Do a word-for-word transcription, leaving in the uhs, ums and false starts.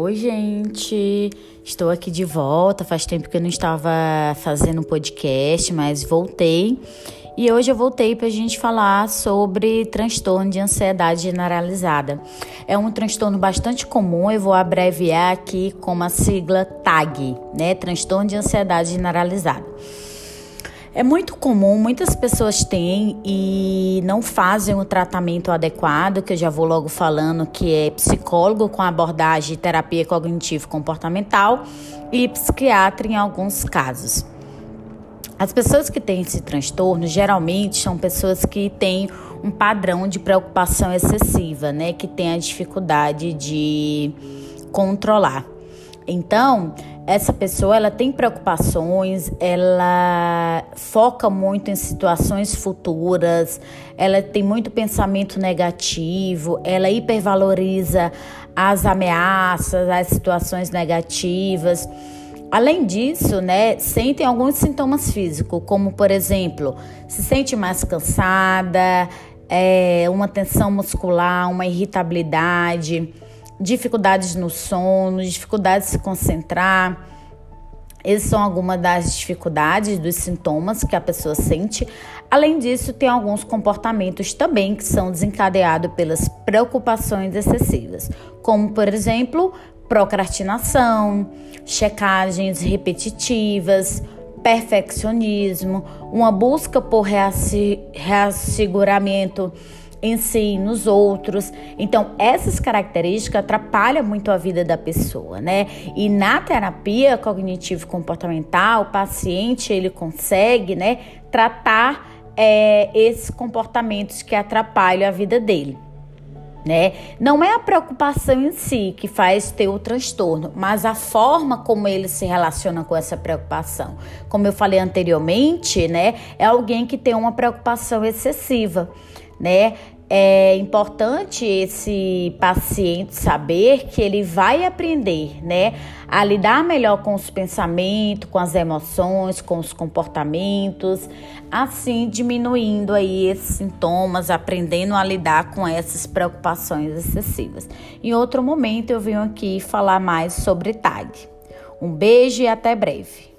Oi, gente! Estou aqui de volta. Faz tempo que eu não estava fazendo um podcast, mas voltei. E hoje eu voltei para a gente falar sobre transtorno de ansiedade generalizada. É um transtorno bastante comum, eu vou abreviar aqui com a sigla T A G, né? Transtorno de ansiedade generalizada. É muito comum, muitas pessoas têm e não fazem o tratamento adequado, que eu já vou logo falando, que é psicólogo com abordagem de terapia cognitivo-comportamental e psiquiatra em alguns casos. As pessoas que têm esse transtorno, geralmente, são pessoas que têm um padrão de preocupação excessiva, né? Que têm a dificuldade de controlar. Então, essa pessoa, ela tem preocupações, ela foca muito em situações futuras, ela tem muito pensamento negativo, ela hipervaloriza as ameaças, as situações negativas. Além disso, né, sentem alguns sintomas físicos, como, por exemplo, se sente mais cansada, é, uma tensão muscular, uma irritabilidade, dificuldades no sono, dificuldade de se concentrar. Essas são algumas das dificuldades, dos sintomas que a pessoa sente. Além disso, tem alguns comportamentos também que são desencadeados pelas preocupações excessivas, como, por exemplo, procrastinação, checagens repetitivas, perfeccionismo, uma busca por reasseguramento em si e nos outros. Então, essas características atrapalham muito a vida da pessoa, né? E na terapia cognitivo-comportamental, o paciente, ele consegue, né, tratar é, esses comportamentos que atrapalham a vida dele, né? Não é a preocupação em si que faz ter o transtorno, mas a forma como ele se relaciona com essa preocupação. Como eu falei anteriormente, né, é alguém que tem uma preocupação excessiva, né? É importante esse paciente saber que ele vai aprender, né, a lidar melhor com os pensamentos, com as emoções, com os comportamentos, assim diminuindo aí esses sintomas, aprendendo a lidar com essas preocupações excessivas. Em outro momento eu venho aqui falar mais sobre T A G. Um beijo e até breve.